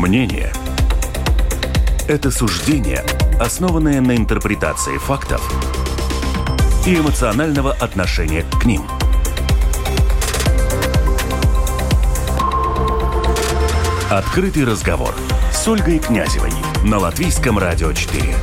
Мнение – это суждение, основанное на интерпретации фактов и эмоционального отношения к ним. Открытый разговор с Ольгой Князевой на Латвийском радио 4.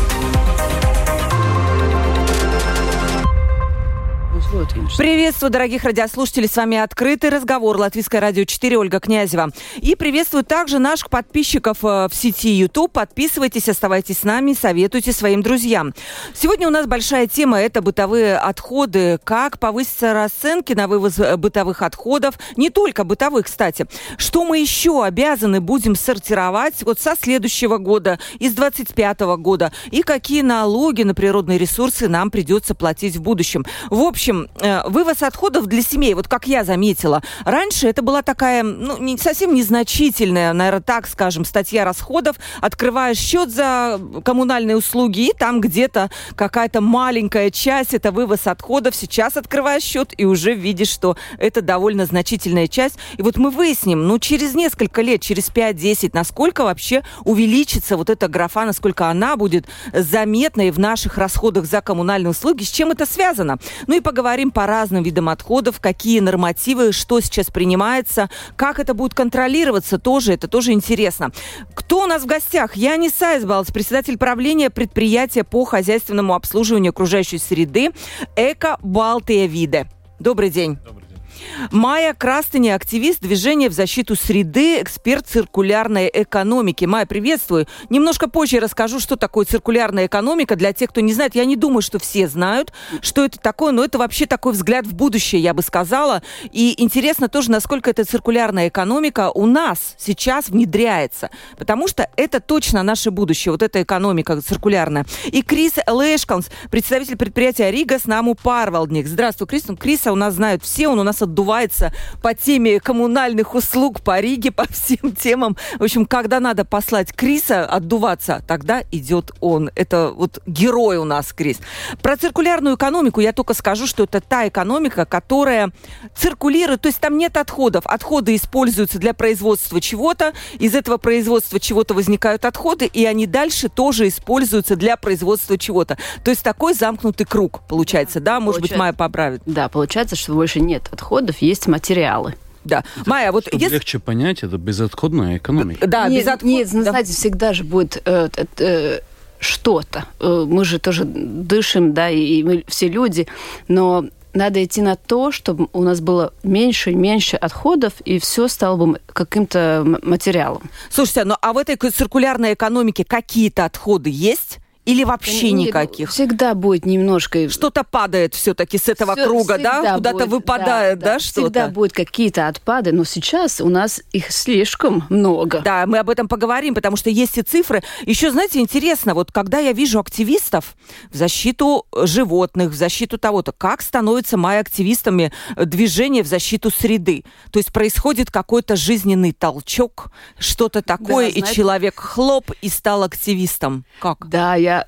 Приветствую, дорогих радиослушателей. С вами «Открытый разговор», Латвийское радио 4, Ольга Князева. И приветствую также наших подписчиков в сети YouTube. Подписывайтесь, оставайтесь с нами, советуйте своим друзьям. Сегодня у нас большая тема – это бытовые отходы. Как повысятся расценки на вывоз бытовых отходов, не только бытовых, кстати. Что мы еще обязаны будем сортировать вот со следующего года, из 2025 года, и какие налоги на природные ресурсы нам придется платить в будущем. В общем, вывоз отходов для семей, вот как я заметила, раньше это была такая, совсем незначительная, наверное, так скажем, статья расходов. Открываешь счет за коммунальные услуги, и там где-то какая-то маленькая часть, это вывоз отходов. Сейчас открываешь счет и уже видишь, что это довольно значительная часть. И вот мы выясним, через несколько лет, через 5-10, насколько вообще увеличится вот эта графа, насколько она будет заметной в наших расходах за коммунальные услуги, с чем это связано. И поговорим по разным видам отходов, какие нормативы, что сейчас принимается, как это будет контролироваться, это тоже интересно. Кто у нас в гостях? Янис Аизбалдс, председатель правления предприятия по хозяйственному обслуживанию окружающей среды «Эко Балтия Виде». Добрый день. Добрый день. Майя Крастыня, активист движения в защиту среды, эксперт циркулярной экономики. Майя, приветствую. Немножко позже расскажу, что такое циркулярная экономика. Для тех, кто не знает, я не думаю, что все знают, что это такое, но это вообще такой взгляд в будущее, я бы сказала. И интересно тоже, насколько эта циркулярная экономика у нас сейчас внедряется. Потому что это точно наше будущее, вот эта экономика циркулярная. И Крис Лешканс, представитель предприятия Ригас Наму Парвалдник. Здравствуй, Крис. Криса у нас знают все, он у нас отдувается по теме коммунальных услуг по Риге, по всем темам. В общем, когда надо послать Криса отдуваться, тогда идет он. Это вот герой у нас, Крис. Про циркулярную экономику я только скажу, что это та экономика, которая циркулирует, то есть там нет отходов. Отходы используются для производства чего-то, из этого производства чего-то возникают отходы, и они дальше тоже используются для производства чего-то. То есть такой замкнутый круг получается, да? Может быть, Майя поправит. Да, получается, что больше нет отходов, есть материалы. Да. Майя, вот чтобы легче понять, это безотходная экономика. Да, Нет, знаете, всегда же будет что-то. Мы же тоже дышим, да, и мы все люди, но надо идти на то, чтобы у нас было меньше и меньше отходов, и все стало бы каким-то материалом. Слушайте, а в этой циркулярной экономике какие-то отходы есть? Или вообще никаких? Всегда будет немножко... Что-то падает все-таки с этого круга, да? Куда-то выпадает, да, что-то? Всегда будут какие-то отпады, но сейчас у нас их слишком много. Да, мы об этом поговорим, потому что есть и цифры. Еще, знаете, интересно, вот когда я вижу активистов в защиту животных, в защиту того-то, как становятся мои активистами движения в защиту среды? То есть происходит какой-то жизненный толчок, что-то такое, да, и человек хлоп и стал активистом. Как? Да, я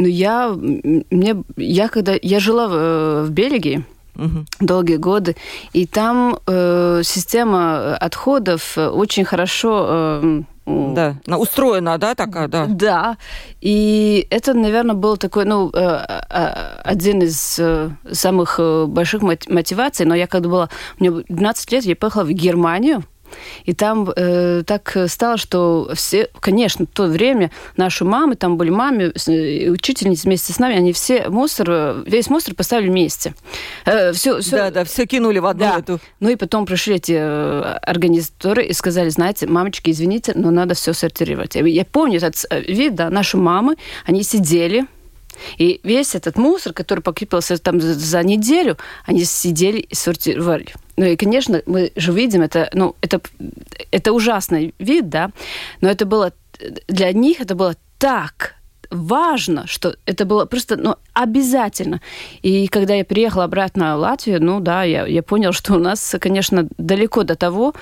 жила в Бельгии долгие годы, и там система отходов очень хорошо... устроена, да, такая, да? Да, и это, наверное, был такой, один из самых больших мотиваций, но я когда была, мне 12 лет, я поехала в Германию, и там так стало, что все, конечно, в то время наши мамы, там были мамы, учительницы вместе с нами, они весь мусор поставили вместе. Все кинули в одну эту. И потом пришли эти организаторы и сказали, знаете, мамочки, извините, но надо все сортировать. Я помню этот вид, да, наши мамы, они сидели, и весь этот мусор, который покипался там за неделю, они сидели и сортировали. И, конечно, мы же видим, это ужасный вид, да, но это было для них это было так важно, что это было просто обязательно. И когда я приехала обратно в Латвию, я поняла, что у нас, конечно, далеко до того.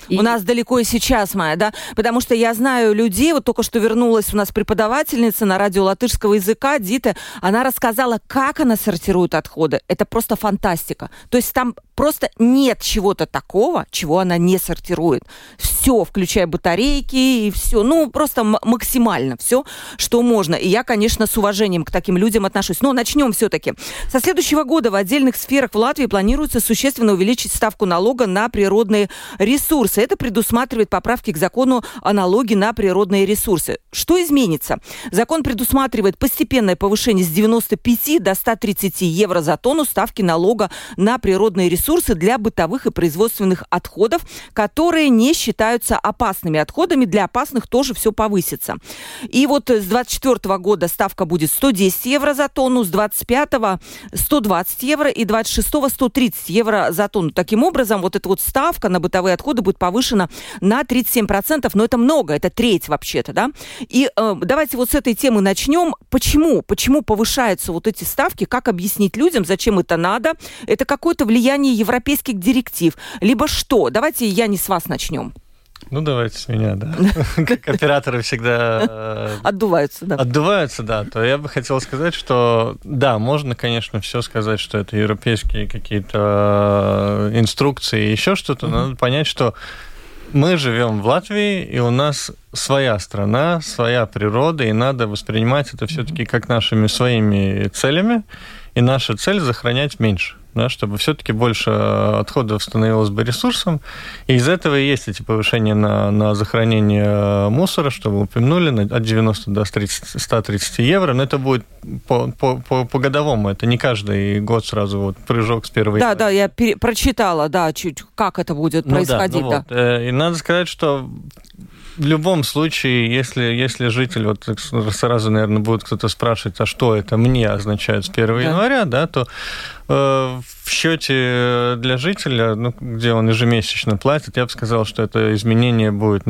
У нас далеко и сейчас, Майя, да? Потому что я знаю людей, вот только что вернулась у нас преподавательница на радио латышского языка, Дита, она рассказала, как она сортирует отходы. Это просто фантастика. То есть там просто нет чего-то такого, чего она не сортирует. Все, включая батарейки и все. Ну, просто максимально все, что можно. И я, конечно, с уважением к таким людям отношусь. Но начнем все-таки. Со следующего года в отдельных сферах в Латвии планируется существенно увеличить ставку налога на природные ресурсы. Это предусматривает поправки к закону о налоге на природные ресурсы. Что изменится? Закон предусматривает постепенное повышение с 95 до 130 евро за тонну ставки налога на природные ресурсы для бытовых и производственных отходов, которые не считаются опасными отходами. Для опасных тоже все повысится. И вот с 2024 года ставка будет 110 евро за тонну, с 2025 120 евро и 2026 130 евро за тонну. Таким образом, вот эта вот ставка на бытовые отходы будет повышена на 37%, но это много, это треть вообще-то, да? И давайте вот с этой темы начнем. Почему повышаются вот эти ставки? Как объяснить людям, зачем это надо? Это какое-то влияние европейских директив, либо что? Давайте, Яни, с вас начнем. Ну, давайте с меня, да. Как операторы всегда... Отдуваются, да. То я бы хотел сказать, что да, можно, конечно, все сказать, что это европейские какие-то инструкции и еще что-то, но надо понять, что мы живем в Латвии, и у нас своя страна, своя природа, и надо воспринимать это все-таки как нашими своими целями, и наша цель сохранять меньше. Да, чтобы все-таки больше отходов становилось бы ресурсом. И из этого и есть эти повышения на захоронение мусора, что вы упомянули, от 90 до 130 евро. Но это будет по годовому. Это не каждый год сразу вот прыжок с первой... Да, я прочитала, чуть как это будет происходить. Вот. И надо сказать, что в любом случае, если житель, вот сразу, наверное, будет кто-то спрашивать, а что это мне означает с 1 января, да, то в счете для жителя, где он ежемесячно платит, я бы сказал, что это изменение будет,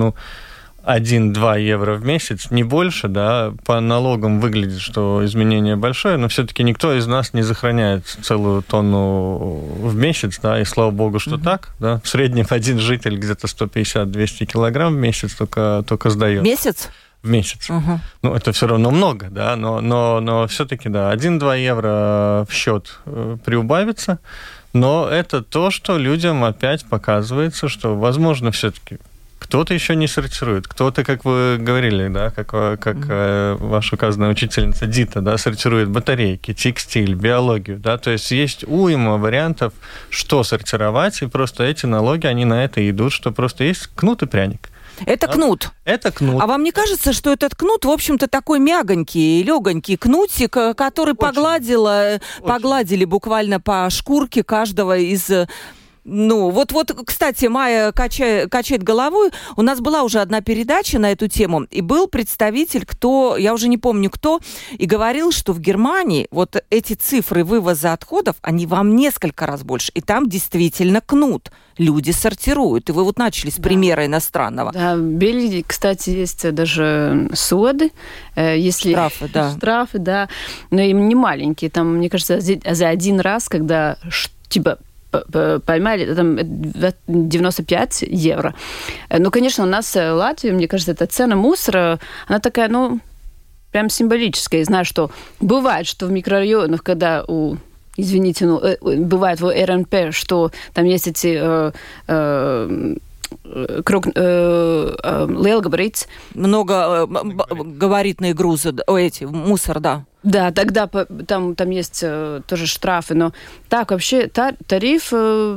1-2 евро в месяц, не больше, да, по налогам выглядит, что изменение большое, но все-таки никто из нас не захороняет целую тонну в месяц, да, и слава богу, что так, да, в среднем один житель где-то 150-200 килограмм в месяц только сдает. Месяц? В месяц. Это все равно много, да, но все-таки, да, 1-2 евро в счет приубавится, но это то, что людям опять показывается, что, возможно, все-таки кто-то еще не сортирует, кто-то, как вы говорили, да, как ваша указанная учительница Дита, да, сортирует батарейки, текстиль, биологию, да, то есть есть уйма вариантов, что сортировать, и просто эти налоги, они на это идут, что просто есть кнут и пряник. Это кнут. Это кнут. А вам не кажется, что этот кнут, в общем-то, такой мягонький, легонький кнутик, который погладили буквально по шкурке каждого из... кстати, Майя качает головой. У нас была уже одна передача на эту тему, и был представитель, я уже не помню кто, и говорил, что в Германии вот эти цифры вывоза отходов, они вам несколько раз больше, и там действительно кнут. Люди сортируют. И вы вот начали с примера иностранного. Да, в Бельгии, кстати, есть даже суды. Штрафы, да. Но им не маленькие. Там, мне кажется, за один раз, когда поймали, там 95 евро. Ну, конечно, у нас в Латвии, мне кажется, эта цена мусора, она такая, прям символическая. Я знаю, что бывает, что в микрорайонах, когда бывает в РНП, что там есть эти лейлгабаритс. Многогабаритные грузы, мусор, да. Да, тогда там есть тоже штрафы, но так вообще тариф...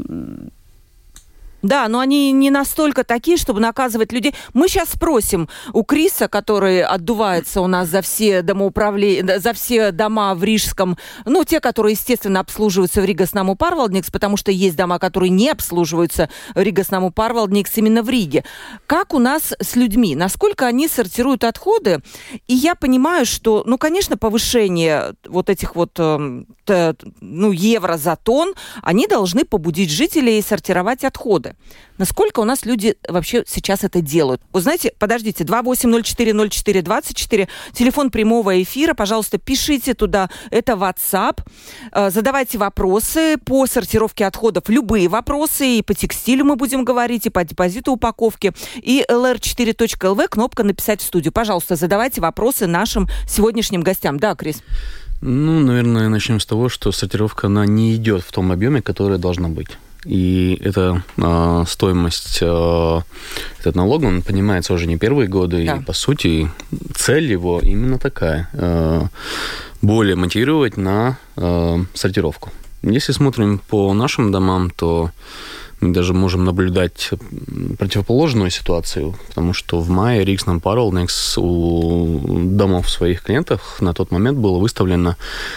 Да, но они не настолько такие, чтобы наказывать людей. Мы сейчас спросим у Криса, который отдувается у нас за все за все дома в Рижском, те, которые, естественно, обслуживаются в Риgas Namu Pārvaldnieks, потому что есть дома, которые не обслуживаются в Риgas Namu Pārvaldnieks именно в Риге. Как у нас с людьми? Насколько они сортируют отходы? И я понимаю, что, конечно, повышение вот этих евро за тонн, они должны побудить жителей сортировать отходы. отзывы. Насколько у нас люди вообще сейчас это делают? Вы знаете, подождите, 28040424, телефон прямого эфира, пожалуйста, пишите туда, это WhatsApp, задавайте вопросы по сортировке отходов, любые вопросы, и по текстилю мы будем говорить, и по депозиту упаковки, и lr4.lv, кнопка «Написать в студию». Пожалуйста, задавайте вопросы нашим сегодняшним гостям. Да, Крис? Наверное, начнем с того, что сортировка, она не идет в том объеме, который должна быть. И эта стоимость, этот налог, он поднимается уже не первые годы, да. И, по сути, цель его именно такая, более мотивировать на сортировку. Если смотрим по нашим домам, то мы даже можем наблюдать противоположную ситуацию, потому что в мае Рикснам Паролнекс у домов своих клиентов на тот момент было выставлено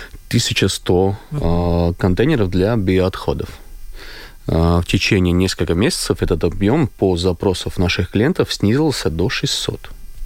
1100 контейнеров для биоотходов. В течение нескольких месяцев этот объем по запросам наших клиентов снизился до 600.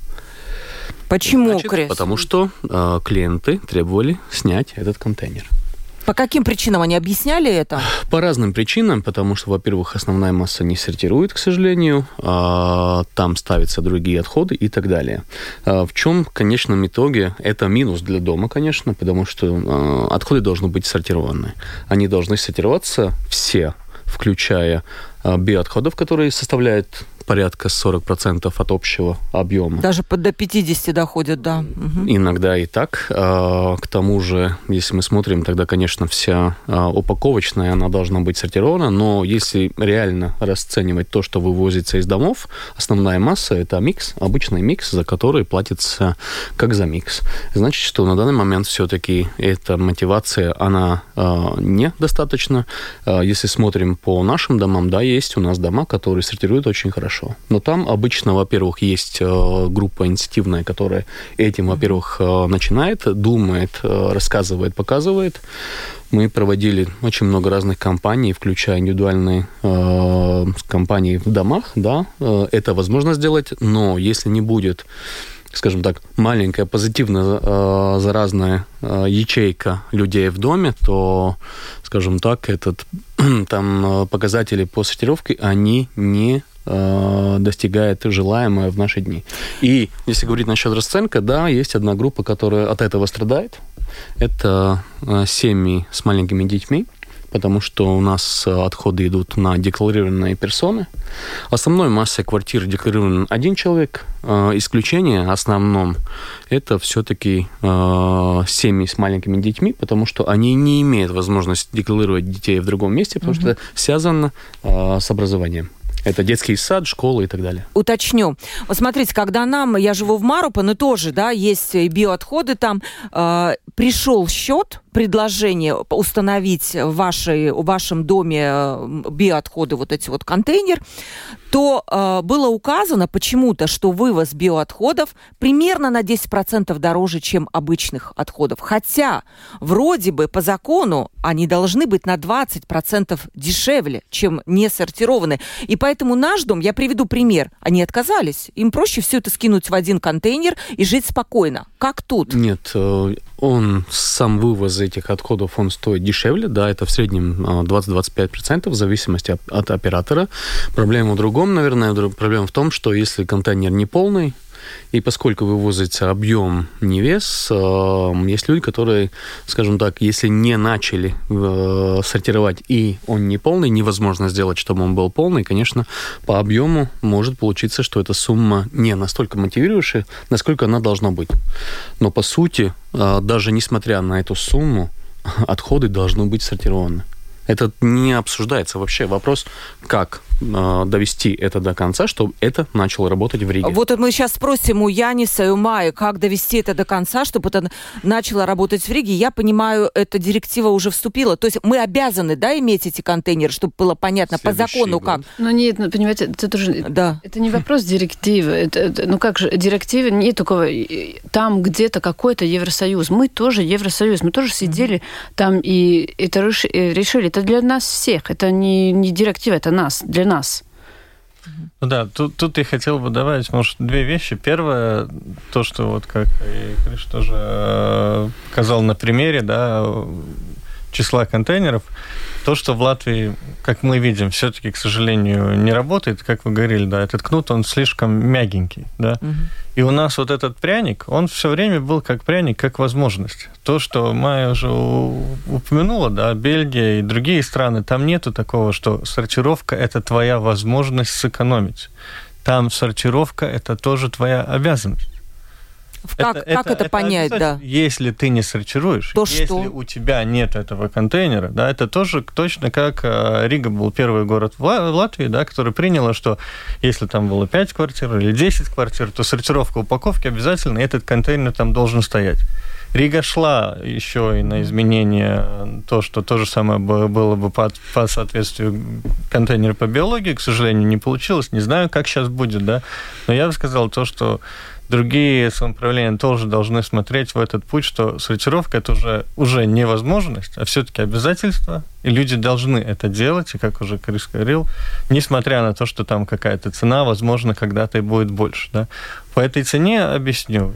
Почему, Крис? Потому что клиенты требовали снять этот контейнер. По каким причинам они объясняли это? По разным причинам, потому что, во-первых, основная масса не сортирует, к сожалению, там ставятся другие отходы и так далее. В чем, в конечном итоге, это минус для дома, конечно, потому что отходы должны быть сортированы. Они должны сортироваться все, включая биоотходов, которые составляют порядка 40% от общего объема. Даже до 50 доходят, да. Угу. Иногда и так. К тому же, если мы смотрим, тогда, конечно, вся упаковочная, она должна быть сортирована, но если реально расценивать то, что вывозится из домов, основная масса – это микс, обычный микс, за который платится как за микс. Значит, что на данный момент все-таки эта мотивация, она недостаточна. Если смотрим по нашим домам, да, есть у нас дома, которые сортируют очень хорошо. Но там обычно, во-первых, есть группа инициативная, которая этим, во-первых, начинает, думает, рассказывает, показывает. Мы проводили очень много разных кампаний, включая индивидуальные кампании в домах. Да, это возможно сделать, но если не будет, скажем так, маленькая позитивно заразная ячейка людей в доме, то, скажем так, там показатели по сортировке, они не достигает желаемое в наши дни. И если говорить насчет расценка, да, есть одна группа, которая от этого страдает. Это семьи с маленькими детьми, потому что у нас отходы идут на декларированные персоны. Основной массой квартир декларирован один человек. Исключение основном это все-таки семьи с маленькими детьми, потому что они не имеют возможности декларировать детей в другом месте, потому что это связано с образованием. Это детский сад, школа и так далее. Уточню. Вот смотрите, когда я живу в Марупан, и тоже, да, есть биоотходы там, пришел счет, предложение установить в вашем доме биоотходы, вот эти вот контейнер, то было указано почему-то, что вывоз биоотходов примерно на 10% дороже, чем обычных отходов. Хотя вроде бы по закону они должны быть на 20% дешевле, чем не сортированные. И поэтому наш дом, я приведу пример, они отказались. Им проще все это скинуть в один контейнер и жить спокойно. Как тут? Нет, сам вывоз этих отходов, он стоит дешевле, да, это в среднем 20-25% в зависимости от оператора. Проблема в другом, наверное, проблема в том, что если контейнер не полный, и поскольку вывозится объем, не вес, есть люди, которые, скажем так, если не начали сортировать и он не полный, невозможно сделать, чтобы он был полный, конечно, по объему может получиться, что эта сумма не настолько мотивирующая, насколько она должна быть. Но по сути, даже несмотря на эту сумму, отходы должны быть сортированы. Это не обсуждается вообще. Вопрос, как довести это до конца, чтобы это начало работать в Риге. Вот мы сейчас спросим у Яниса и у Майи, как довести это до конца, чтобы это начало работать в Риге. Я понимаю, эта директива уже вступила. То есть мы обязаны, да, иметь эти контейнеры, чтобы было понятно по закону как. Ну нет, понимаете, это тоже... Да. Это не вопрос директивы. Как же, директива нет такого... Там где-то какой-то Евросоюз. Мы тоже Евросоюз. Мы тоже сидели там и это решили. Это для нас всех. Это не директива, это для нас. Ну да, тут я хотел бы добавить, может, две вещи. Первое, то, что вот как и Криш тоже показал на примере, да, числа контейнеров. То, что в Латвии, как мы видим, все-таки, к сожалению, не работает, как вы говорили, да, этот кнут, он слишком мягенький, да. И у нас вот этот пряник, он все время был как пряник, как возможность. То, что Майя уже упомянула, да, Бельгия и другие страны, там нету такого, что сортировка – это твоя возможность сэкономить. Там сортировка – это тоже твоя обязанность. Как это понять, да? Если ты не сортируешь, то если что? У тебя нет этого контейнера, да, это тоже точно как Рига был первый город в Латвии, да, который принял, что если там было 5 квартир или 10 квартир, то сортировка упаковки обязательно, и этот контейнер там должен стоять. Рига шла еще и на изменение, то, что то же самое было бы по соответствию контейнера по биологии, к сожалению, не получилось. Не знаю, как сейчас будет, да, но я бы сказал то, что другие самоуправления тоже должны смотреть в этот путь, что сортировка – это уже не возможность, а все-таки обязательство, и люди должны это делать, и, как уже Крис говорил, несмотря на то, что там какая-то цена, возможно, когда-то и будет больше. Да? По этой цене объясню.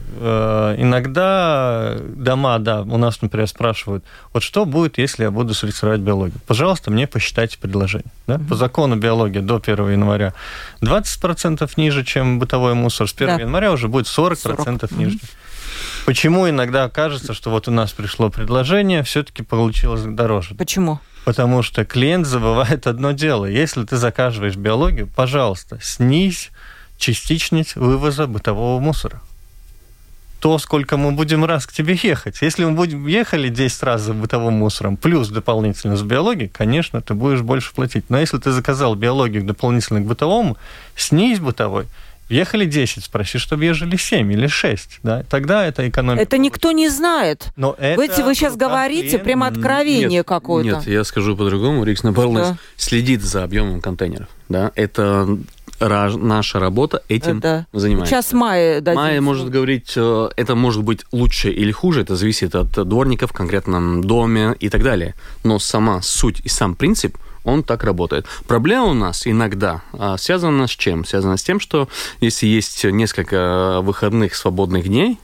Иногда дома, да, у нас, например, спрашивают, вот что будет, если я буду сортировать биологию? Пожалуйста, мне посчитайте предложение. Да? По закону биологии до 1 января 20% ниже, чем бытовой мусор, с 1 января уже будет 40% ниже. Почему иногда кажется, что вот у нас пришло предложение, все-таки получилось дороже? Почему? Потому что клиент забывает одно дело. Если ты заказываешь биологию, пожалуйста, снизь частичность вывоза бытового мусора. То, сколько мы будем раз к тебе ехать. Если мы будем ехали 10 раз за бытовым мусором, плюс дополнительно за биологией, конечно, ты будешь больше платить. Но если ты заказал биологию дополнительно к бытовому, снизь бытовой, ехали 10, спроси, чтобы ехали 7 или 6. Да? Тогда это экономика. Это никто не знает. Но вы сейчас говорите прямо откровение какое-то. Нет, я скажу по-другому. Рикс Напарлнес следит за объемом контейнеров. Да? Это наша работа этим занимается. Сейчас Майя дадим. Майя может говорить, это может быть лучше или хуже, это зависит от дворника в конкретном доме и так далее. Но сама суть и сам принцип, он так работает. Проблема у нас иногда связана с чем? Связана с тем, что если есть несколько выходных свободных дней,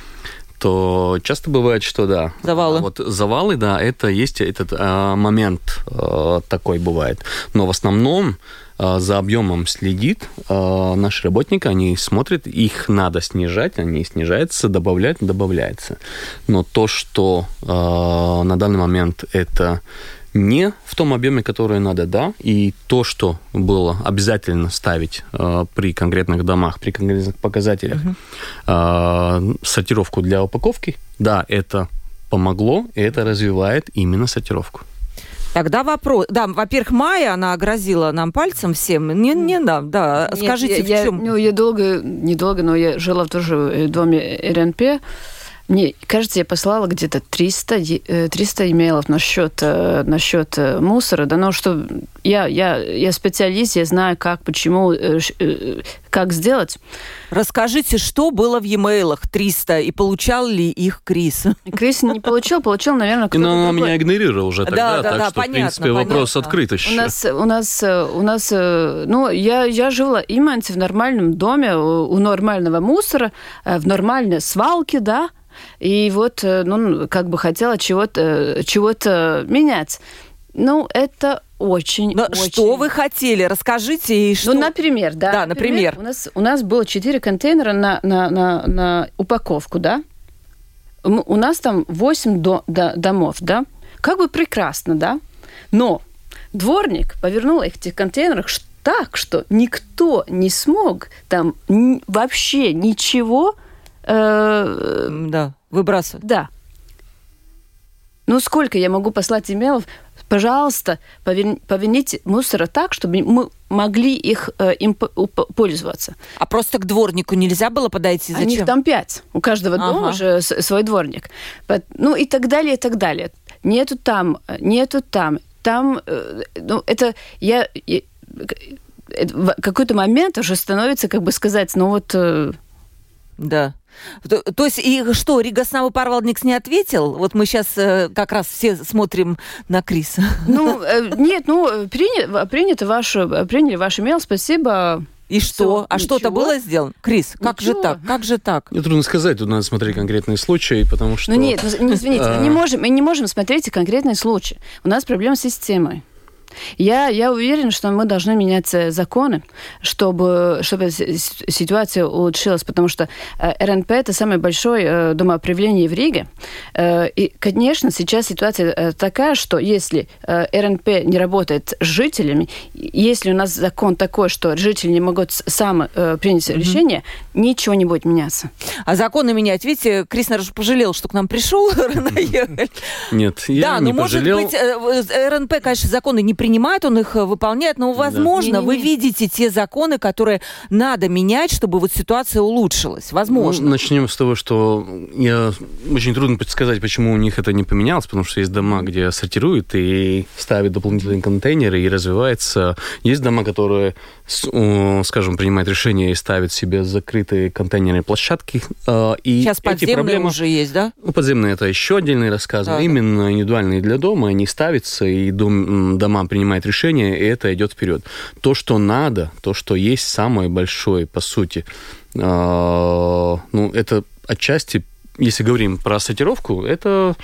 то часто бывает, что да. Завалы. Вот завалы, да, это есть этот момент такой бывает. Но в основном за объемом следит наш работник, они смотрят, их надо снижать, они снижаются, добавляется. Но то, что на данный момент это не в том объеме, который надо, да, и то, что было обязательно ставить при конкретных домах, при конкретных показателях, сортировку для упаковки, да, это помогло, и это развивает именно сортировку. Тогда вопрос. Да, во-первых, Майя, она грозила нам пальцем всем. Не нам, да. Нет, скажите, в чем? Я недолго, но я жила в тоже доме РНП. Мне кажется, я послала где-то 300 имейлов насчет мусора. Да, но что я специалист, я знаю, как, почему, как сделать. Расскажите, что было в e-mailах 300, и получал ли их Крис? Крис не получил, наверное, кто-то другой. Но он другой. меня игнорировал уже тогда, так что, понятно, в принципе, вопрос открыт еще. У нас, ну, я жила именно в нормальном доме, у нормального мусора, в нормальной свалке, да, и вот, ну, как бы хотела чего-то менять. Ну, это очень. Что вы хотели? Расскажите. И что... Ну, например, да. Да, например. У нас было 4 контейнера на упаковку, да. У нас там 8 домов, да. Как бы прекрасно, да. Но дворник повернул их в этих контейнерах так, что никто не смог там вообще ничего... выбрасывать. Да. Ну, сколько я могу послать имейлов? Пожалуйста, поверните мусора так, чтобы мы могли им пользоваться. А просто к дворнику нельзя было подойти? Зачем? У них там 5. У каждого дома уже свой дворник. Ну, и так далее, и так далее. Нету там. Там, ну, это в какой-то момент уже становится, как бы сказать, ну, вот... Да. То есть, и что, Рига Снабопарвалдникс не ответил? Вот мы сейчас как раз все смотрим на Криса. Ну, нет, приняли ваш имейл, спасибо. И что? А ничего. что-то было сделано? Крис, как же Ничего. так? Как же так? Мне трудно сказать, тут надо смотреть конкретные случаи, потому что... Ну нет, извините, мы не можем смотреть конкретный случай. У нас проблема с системой. Я уверена, что мы должны менять законы, чтобы ситуация улучшилась, потому что РНП – это самое большое домоуправление в Риге. И, конечно, сейчас ситуация такая, что если РНП не работает с жителями, если у нас закон такой, что жители не могут сами принять решение, ничего не будет меняться. А законы менять, видите, Крис, наверное, пожалел, что к нам пришел, наехали. Нет, я не пожалел. Да, ну, может быть, РНП, конечно, законы не принимает, он их выполняет, но, возможно, вы видите те законы, которые надо менять, чтобы вот ситуация улучшилась. Возможно. Ну, начнем с того, что очень трудно предсказать, почему у них это не поменялось, потому что есть дома, где сортируют и ставят дополнительные контейнеры, и развивается. Есть дома, которые, скажем, принимают решение и ставят себе закрытые контейнерные площадки. И сейчас подземные проблемы уже есть, да? Ну, подземные – это еще отдельный рассказ. Да, именно индивидуальные для дома, они ставятся, и дома принимают решение, и это идет вперед. То, что надо, то, что есть самое большое, по сути, это отчасти, если говорим про сортировку, это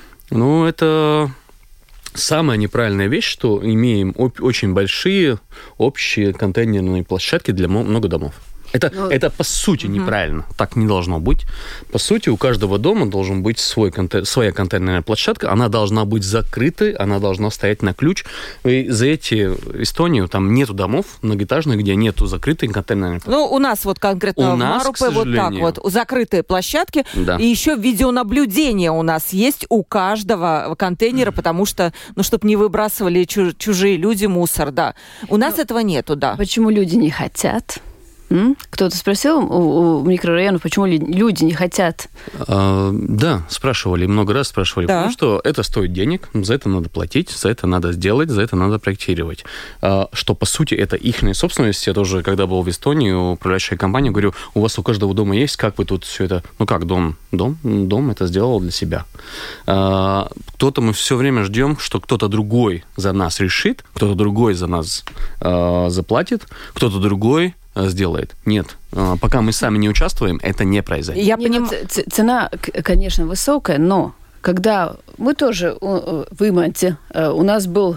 самая неправильная вещь, что имеем очень большие общие контейнерные площадки для много домов. Это по сути неправильно. Так не должно быть. По сути, у каждого дома должен быть своя контейнерная площадка. Она должна быть закрытой, она должна стоять на ключ. И за Эстонию там нету домов многоэтажных, где нету закрытой контейнерной площадки. Ну, у нас вот конкретно в Марупе вот так вот. Закрытые площадки. Да. И еще видеонаблюдение у нас есть у каждого контейнера, потому что, чтобы не выбрасывали чужие люди мусор, да. У нас этого нету, да. Почему люди не хотят? Кто-то спросил у микрорайонов, почему люди не хотят? Да, спрашивали, много раз спрашивали, да. Потому что это стоит денег, за это надо платить, за это надо сделать, за это надо проектировать. Что, по сути, это их собственность. Я тоже, когда был в Эстонии, управляющая компания, говорю, у вас у каждого дома есть, как вы тут все это... Ну как, дом это сделал для себя. Кто-то мы все время ждем, что кто-то другой за нас решит, кто-то другой за нас заплатит, кто-то другой сделает. Нет. Пока мы сами не участвуем, это не произойдет. Я понимаю. Цена, конечно, высокая, но когда мы тоже в Иманте, у нас был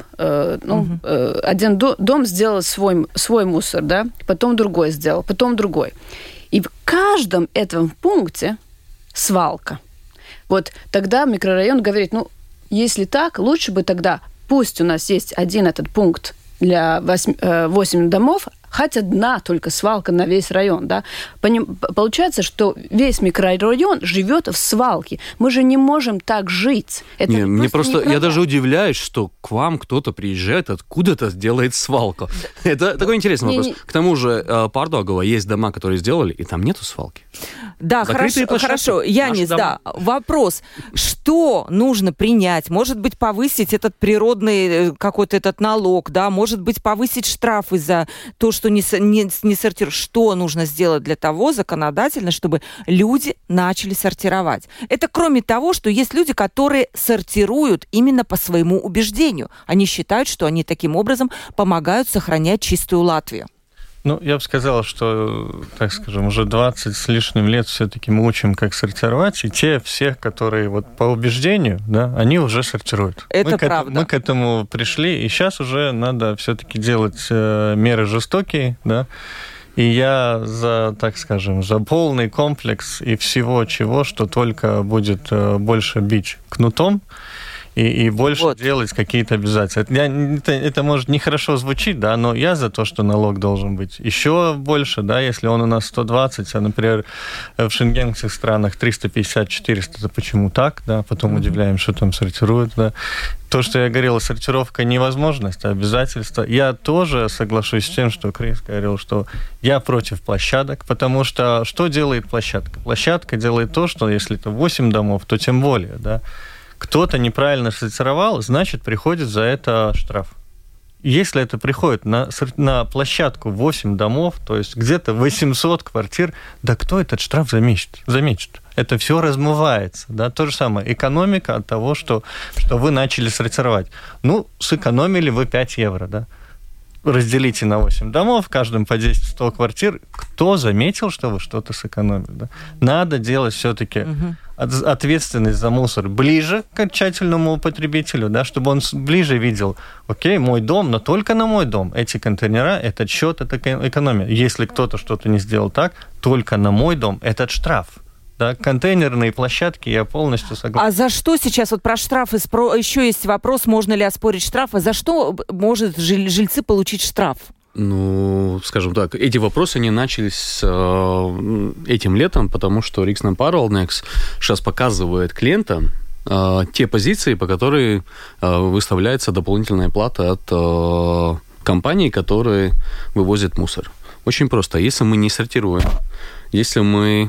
один дом сделал свой мусор, да, потом другой сделал, потом другой. И в каждом этом пункте свалка. Вот тогда микрорайон говорит, если так, лучше бы тогда, пусть у нас есть один этот пункт для 8 домов, хоть одна только свалка на весь район, да? Получается, что весь микрорайон живет в свалке. Мы же не можем так жить. Это я даже удивляюсь, что к вам кто-то приезжает, откуда-то делает свалку. Это такой интересный вопрос. К тому же, Пардогова есть дома, которые сделали, и там нету свалки. Да, хорошо. Янис, да. Вопрос, что нужно принять? Может быть, повысить этот природный какой-то этот налог, да? Может быть, повысить штрафы за то, что не сортируют. Что нужно сделать для того законодательно, чтобы люди начали сортировать? Это кроме того, что есть люди, которые сортируют именно по своему убеждению. Они считают, что они таким образом помогают сохранять чистую Латвию. Я бы сказал, что, так скажем, уже 20 с лишним лет все-таки мы учим, как сортировать, и те все, которые по убеждению, да, они уже сортируют. Это правда. Мы к этому пришли, и сейчас уже надо все-таки делать меры жестокие, да, и я за полный комплекс и всего чего, что только будет больше бить кнутом, и больше делать какие-то обязательства. Это может нехорошо звучит, да, но я за то, что налог должен быть еще больше, да, если он у нас 120, а, например, в шенгенских странах 350-400, это почему так, да, потом удивляем, что там сортируют, да. То, что я говорил, сортировка невозможность, а обязательство. Я тоже соглашусь с тем, что Крис говорил, что я против площадок, потому что делает площадка? Площадка делает то, что если это 8 домов, то тем более, да. Кто-то неправильно сортировал, значит, приходит за это штраф. Если это приходит на площадку 8 домов, то есть где-то 800 квартир, да кто этот штраф заметит? Это все размывается. Да? То же самое. Экономика от того, что вы начали сортировать. Сэкономили вы 5 евро, да? разделите на 8 домов, в каждом по 10-100 квартир. Кто заметил, что вы что-то сэкономили? Да? Надо делать все-таки ответственность за мусор ближе к окончательному потребителю, да, чтобы он ближе видел, окей, мой дом, но только на мой дом. Эти контейнера, этот счет, это экономия. Если кто-то что-то не сделал так, только на мой дом этот штраф. Да, контейнерные площадки, я полностью согласен. А за что сейчас, вот про штрафы, еще есть вопрос, можно ли оспорить штрафы, за что может жильцы получить штраф? Ну, скажем так, эти вопросы не начались этим летом, потому что Riksdien pārvaldnieks сейчас показывает клиентам те позиции, по которым выставляется дополнительная плата от компаний, которые вывозят мусор. Очень просто. Если мы не сортируем, если мы...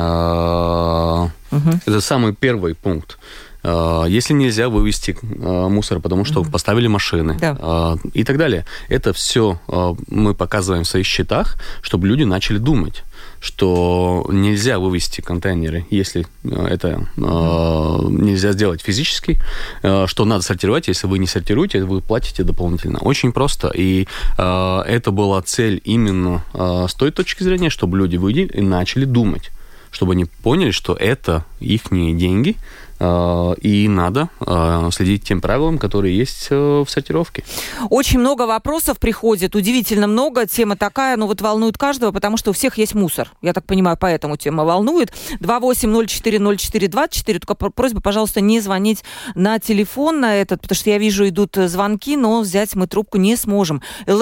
Это самый первый пункт. Если нельзя вывести мусор, потому что поставили машины, и так далее. Это все мы показываем в своих счетах, чтобы люди начали думать, что нельзя вывести контейнеры, если это нельзя сделать физически, что надо сортировать. Если вы не сортируете, вы платите дополнительно. Очень просто. И это была цель именно с той точки зрения, чтобы люди выйдали и начали думать, чтобы они поняли, что это ихние деньги, и надо следить тем правилам, которые есть в сортировке. Очень много вопросов приходит, удивительно много. Тема такая, ну вот волнует каждого, потому что у всех есть мусор. Я так понимаю, поэтому тема волнует. 28040424. Только просьба, пожалуйста, не звонить на телефон на этот, потому что я вижу, идут звонки, но взять мы трубку не сможем.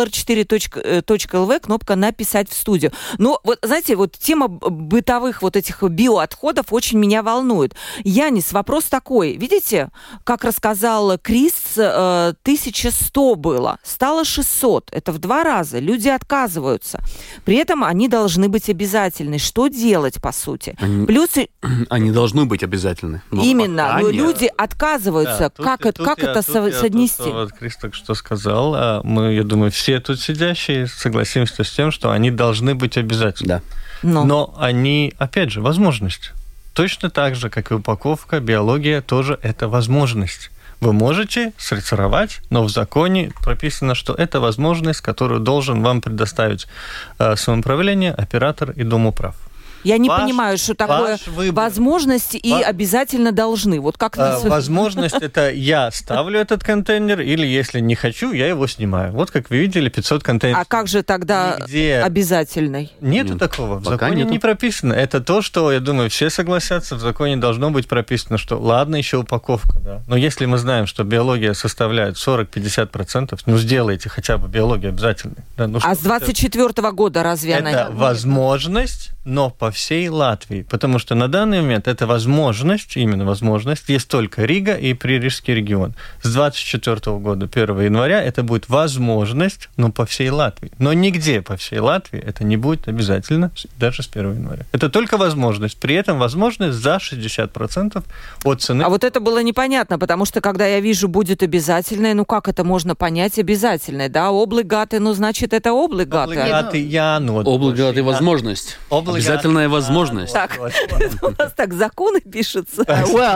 lr4.lv, кнопка «Написать в студию». Но вот, знаете, вот тема бытовых вот этих биоотходов очень меня волнует. Янис, вопрос такой. Видите, как рассказал Крис, 1100 было, стало 600. Это в 2 раза. Люди отказываются. При этом они должны быть обязательны. Что делать, по сути? Они должны быть обязательны. Именно. Но люди отказываются. Да, как это соотнести? Вот Крис так что сказал. Мы, я думаю, все тут сидящие согласимся с тем, что они должны быть обязательны. Да. Но они, опять же, возможность. Точно так же, как и упаковка, биология тоже это возможность. Вы можете сортировать, но в законе прописано, что это возможность, которую должен вам предоставить самоуправление, оператор и Домоуправ. Я не понимаю, что такое возможность и обязательно должны. Вот как возможность – это я ставлю этот контейнер, или если не хочу, я его снимаю. Вот как вы видели, 500 контейнеров. А как же тогда обязательный? Нету такого. В законе не прописано. Это то, что, я думаю, все согласятся. В законе должно быть прописано, что ладно, еще упаковка. Да? Но если мы знаем, что биология составляет 40-50%, ну сделайте хотя бы биологию обязательной. Да? Ну, а с 24-го года разве она? Это возможность, но по всей Латвии, потому что на данный момент эта возможность, именно возможность, есть только Рига и Пририжский регион. С 24 года, 1 января, это будет возможность, но по всей Латвии. Но нигде по всей Латвии это не будет обязательно даже с 1 января. Это только возможность. При этом возможность за 60% от цены. А вот это было непонятно, потому что, когда я вижу, будет обязательное, ну как это можно понять обязательное, да? Облигаты, ну значит, это облигаты. Облигаты возможность. Обязательная возможность. Так, у нас так законы пишутся.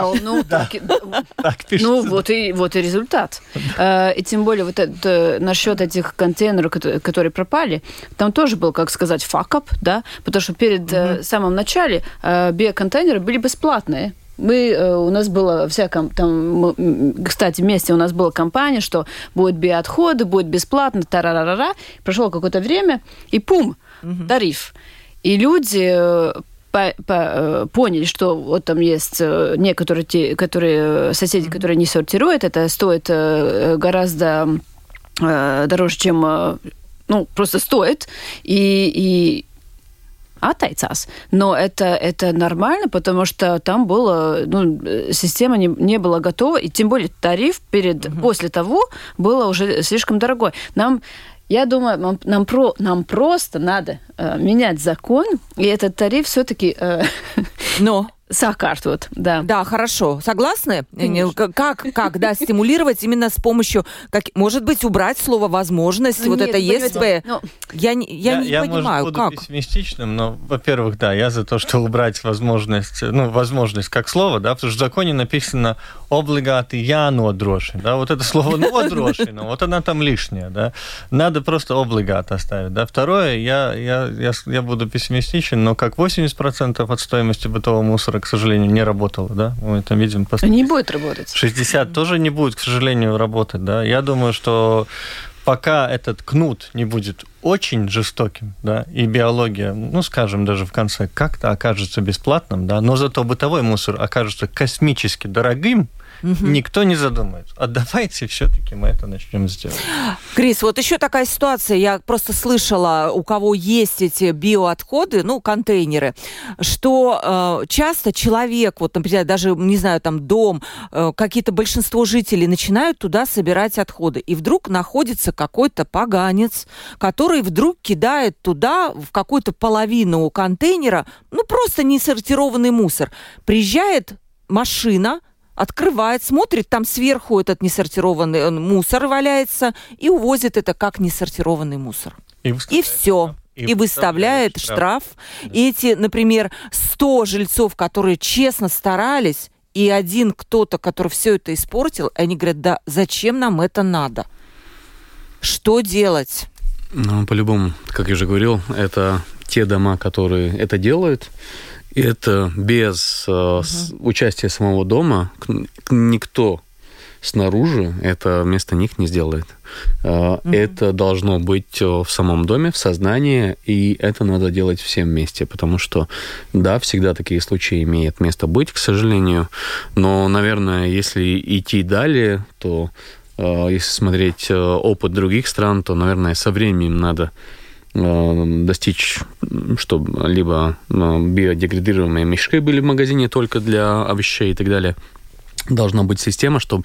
Так пишется. Ну, вот и результат. И тем более вот это насчет этих контейнеров, которые пропали, там тоже был, как сказать, факап, да, потому что перед самым начале биоконтейнеры были бесплатные. У нас было всяком там, кстати, вместе у нас была кампания, что будет биоотходы, будет бесплатно, тарарара. Прошло какое-то время, и тариф. И люди поняли, что вот там есть некоторые соседи, которые не сортируют, это стоит гораздо дороже, чем просто стоит. И отteicās. Но это нормально, потому что там было, система не была готова, и тем более тариф после того было уже слишком дорогой. Я думаю, нам просто надо менять закон, и этот тариф все-таки Sakārtot, да. Да, хорошо. Согласны? Как, да, стимулировать именно с помощью, может быть, убрать слово «возможность», вот нет, это ЕСП. Я не понимаю, может, как. буду пессимистичным, но, во-первых, да, я за то, что убрать возможность, возможность как слово, да, потому что в законе написано «облигати jānodrošina», да, вот это слово «nodrošina», вот она там лишняя, да, надо просто «облигат» оставить, да. Второе, я буду пессимистичен, но как 80% от стоимости бытового мусора, к сожалению, не работало, да, мы это видим. Не будет работать. 60 тоже не будет, к сожалению, работать, да. Я думаю, что пока этот кнут не будет очень жестоким, да, и биология, скажем, даже в конце как-то окажется бесплатным, да, но зато бытовой мусор окажется космически дорогим, никто не задумается. А давайте все-таки мы это начнем сделать. Крис, вот еще такая ситуация. Я просто слышала, у кого есть эти биоотходы, контейнеры, что часто человек, вот, например, даже, не знаю, там дом, какие-то большинство жителей начинают туда собирать отходы. И вдруг находится какой-то поганец, который вдруг кидает туда, в какую-то половину контейнера, просто несортированный мусор. Приезжает машина, открывает, смотрит, там сверху этот несортированный мусор валяется и увозит это как несортированный мусор. И все. И выставляет штраф. Да. И эти, например, 100 жильцов, которые честно старались, и один кто-то, который все это испортил, они говорят, да зачем нам это надо? Что делать? По-любому, как я уже говорил, это те дома, которые это делают. И это без участия самого дома никто снаружи это вместо них не сделает. Это должно быть в самом доме, в сознании, и это надо делать всем вместе, потому что, да, всегда такие случаи имеют место быть, к сожалению, но, наверное, если идти далее, то если смотреть опыт других стран, то, наверное, со временем надо достичь, чтобы либо биодеградируемые мешки были в магазине только для овощей и так далее. Должна быть система, чтобы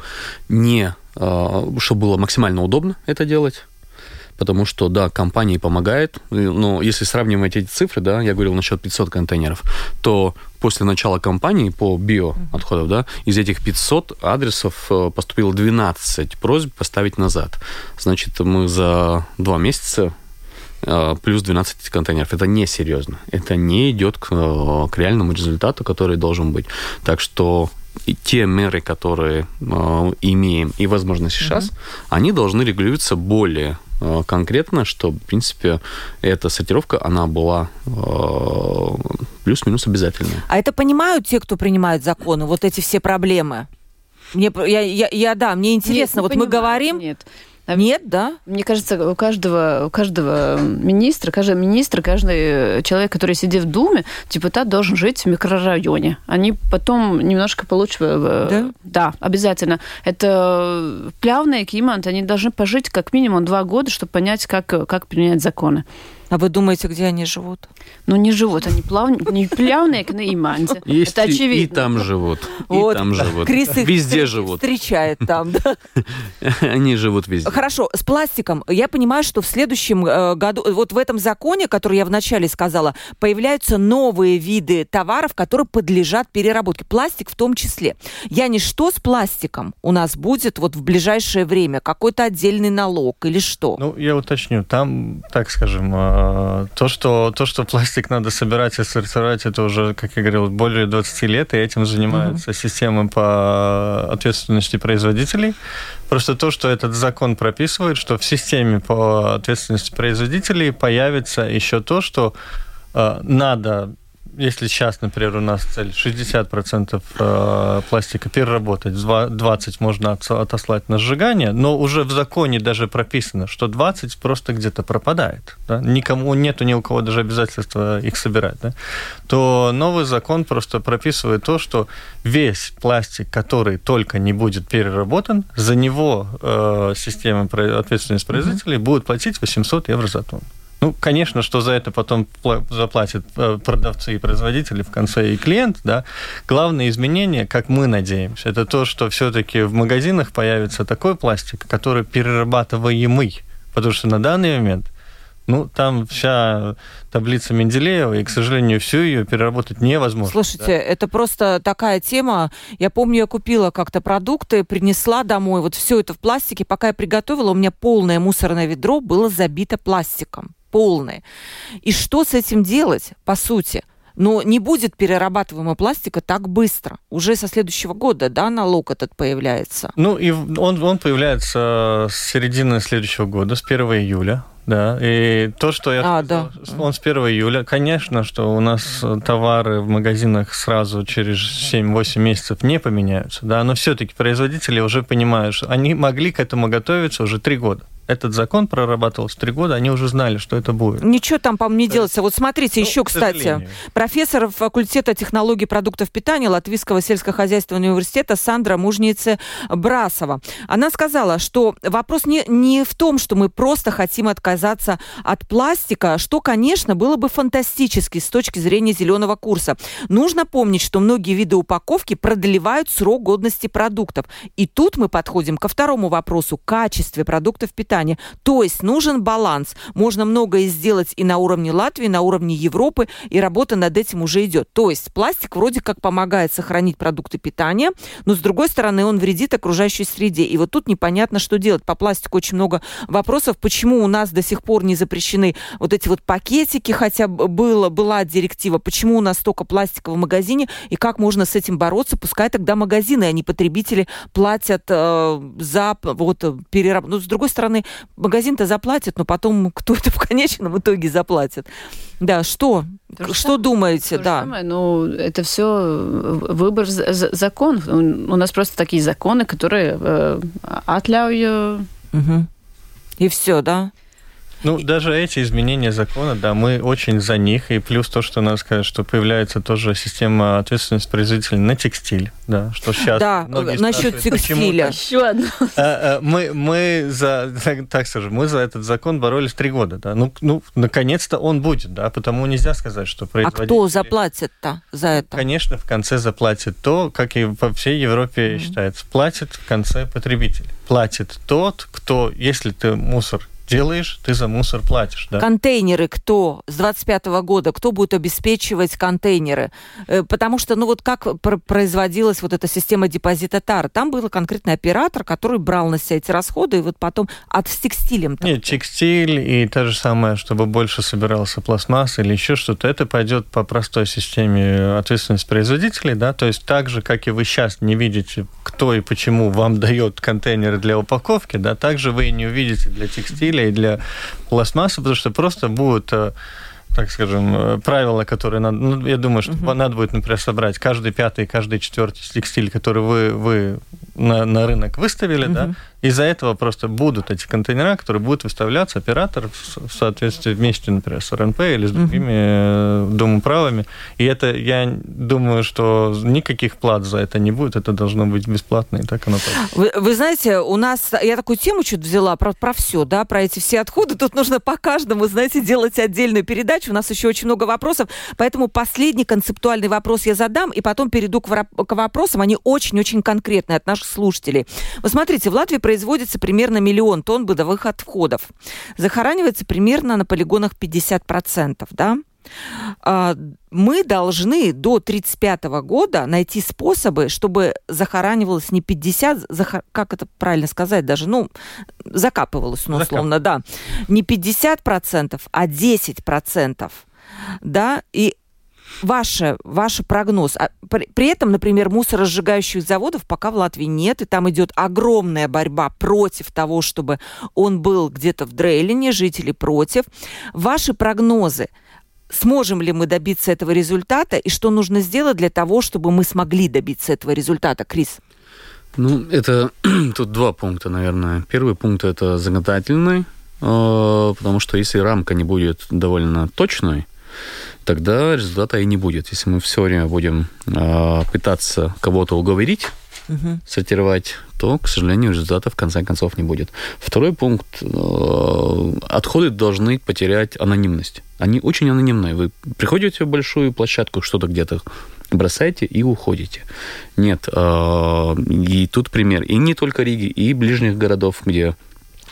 было максимально удобно это делать. Потому что, да, компании помогают, но если сравнивать эти цифры, да, я говорил насчет 500 контейнеров, то после начала кампании по биоотходам, да, из этих 500 адресов поступило 12 просьб поставить назад. Значит, мы за 2 месяца плюс 12 контейнеров. Это несерьезно. Это не идет к реальному результату, который должен быть. Так что и те меры, которые имеем и возможно сейчас, они должны регулироваться более конкретно, чтобы, в принципе, эта сортировка, она была плюс-минус обязательная. А это понимают те, кто принимают законы, вот эти все проблемы? Мне интересно. Нет, мы говорим... Нет, да? Мне кажется, у каждого министра, каждый человек, который сидит в Думе, депутат должен жить в микрорайоне. Они потом немножко получат... Да? Да, обязательно. Это плавные климаты, они должны пожить как минимум 2 года, чтобы понять, как применять законы. А вы думаете, где они живут? Не живут, они не плавные, как на Иманде. Есть это очевидно. И там живут, вот. И там живут. Крис их везде живут. Встречает там, да? Они живут везде. Хорошо, с пластиком. Я понимаю, что в следующем году, вот в этом законе, который я вначале сказала, появляются новые виды товаров, которые подлежат переработке. Пластик в том числе. Что с пластиком у нас будет вот в ближайшее время? Какой-то отдельный налог или что? Я уточню. Там, так скажем, то, что пластик надо собирать и сортировать, это уже, как я говорил, более 20 лет, и этим занимается система по ответственности производителей. Просто то, что этот закон прописывает, что в системе по ответственности производителей появится еще то, что надо... Если сейчас, например, у нас цель 60% пластика переработать, 20% можно отослать на сжигание, но уже в законе даже прописано, что 20% просто где-то пропадает. Да? Никому нету ни у кого даже обязательства их собирать. Да? То новый закон просто прописывает то, что весь пластик, который только не будет переработан, за него система ответственности производителей будет платить 800 евро за тонну. Конечно, что за это потом заплатят продавцы и производители в конце и клиент, да. Главное изменение, как мы надеемся, это то, что все-таки в магазинах появится такой пластик, который перерабатываемый, потому что на данный момент Ну, там вся таблица Менделеева, и, к сожалению, всю ее переработать невозможно. Слушайте, это просто такая тема. Я помню, я купила как-то продукты, принесла домой, вот все это в пластике. Пока я приготовила, у меня полное мусорное ведро было забито пластиком. Полное. И что с этим делать, по сути? Но не будет перерабатываемого пластика так быстро. Уже со следующего года, да, налог этот появляется? Ну, и он появляется с середины следующего года, с 1 июля. Да, и то, что я сказал, он с 1 июля, конечно, что у нас товары в магазинах сразу через 7-8 месяцев не поменяются, да, но все-таки производители уже понимают, что они могли к этому готовиться уже 3 года. Этот закон прорабатывался 3 года, они уже знали, что это будет. Ничего там, по-моему, не делается. Вот смотрите, еще, кстати, профессор факультета технологий продуктов питания Латвийского сельскохозяйственного университета Сандра Мужнице-Брасова. Она сказала, что вопрос не в том, что мы просто хотим отказаться от пластика, что, конечно, было бы фантастически с точки зрения зеленого курса. Нужно помнить, что многие виды упаковки продлевают срок годности продуктов. И тут мы подходим ко второму вопросу – качестве продуктов питания. То есть нужен баланс. Можно многое сделать и на уровне Латвии, и на уровне Европы, и работа над этим уже идет. То есть пластик вроде как помогает сохранить продукты питания, но с другой стороны он вредит окружающей среде. И вот тут непонятно, что делать. По пластику очень много вопросов. Почему у нас до сих пор не запрещены вот эти вот пакетики, хотя была директива. Почему у нас столько пластика в магазине, и как можно с этим бороться? Пускай тогда магазины, а не потребители платят за переработку. Но с другой стороны, магазин-то заплатит, но потом кто это в конечном итоге заплатит? Да, что думаете? Да. Ну, это все выбор закон. У нас просто такие законы, которые отляют. Угу. И все, да? Ну, даже эти изменения закона, да, мы очень за них. И плюс то, что надо сказать, что появляется тоже система ответственности производителей на текстиль. Да, что сейчас да, насчет текстиля. Еще одно. Мы за этот закон боролись 3 года. Да. Ну, наконец-то он будет, да, потому нельзя сказать, что производители... А кто заплатит-то за это? Конечно, в конце заплатит то, как и по всей Европе считается. Платит в конце потребитель. Платит тот, кто, если ты мусор делаешь, ты за мусор платишь. Да? Контейнеры кто? С 25-го года кто будет обеспечивать контейнеры? Потому что, ну вот как производилась вот эта система депозита ТАР? Там был конкретный оператор, который брал на себя эти расходы, и вот потом с текстилем. Нет, текстиль и то же самое, чтобы больше собирался пластмасса или еще что-то, это пойдет по простой системе ответственности производителей, да, то есть так же, как и вы сейчас не видите, кто и почему вам дает контейнеры для упаковки, да, так же вы и не увидите для текстиля и для пластмассы, потому что просто будут, так скажем, правила, которые надо... Ну, я думаю, что надо будет, например, собрать каждый 5-й, каждый 4-й текстиль, который вы на рынок выставили, да, из-за этого просто будут эти контейнера, которые будут выставляться оператор в соответствии вместе, например, с РНП или с другими домоуправами. И это, я думаю, что никаких плат за это не будет, это должно быть бесплатно, и так оно так. Вы знаете, у нас, я такую тему чуть взяла про все, да, про эти все отходы. Тут нужно по каждому, знаете, делать отдельную передачу. У нас еще очень много вопросов, поэтому последний концептуальный вопрос я задам, и потом перейду к вопросам. Они очень-очень конкретные от наших слушателей. Вы смотрите, в Латвии производится примерно 1 миллион тонн бытовых отходов. Захоранивается примерно на полигонах 50%, да? Мы должны до 1935 года найти способы, чтобы захоранивалось не 50, как это правильно сказать даже, закапывалось, условно, да. Не 50%, а 10%, да, и Ваш прогноз. При этом, например, мусоросжигающих заводов пока в Латвии нет, и там идет огромная борьба против того, чтобы он был где-то в Дрейлине, жители против. Ваши прогнозы. Сможем ли мы добиться этого результата, и что нужно сделать для того, чтобы мы смогли добиться этого результата, Крис? Ну, это тут 2 пункта, наверное. Первый пункт – это законодательный, потому что если рамка не будет довольно точной, тогда результата и не будет. Если мы все время будем пытаться кого-то уговорить, сортировать, то, к сожалению, результата в конце концов не будет. Второй пункт. Отходы должны потерять анонимность. Они очень анонимные. Вы приходите в большую площадку, что-то где-то бросаете и уходите. Нет. И тут пример. И не только Риги, и ближних городов, где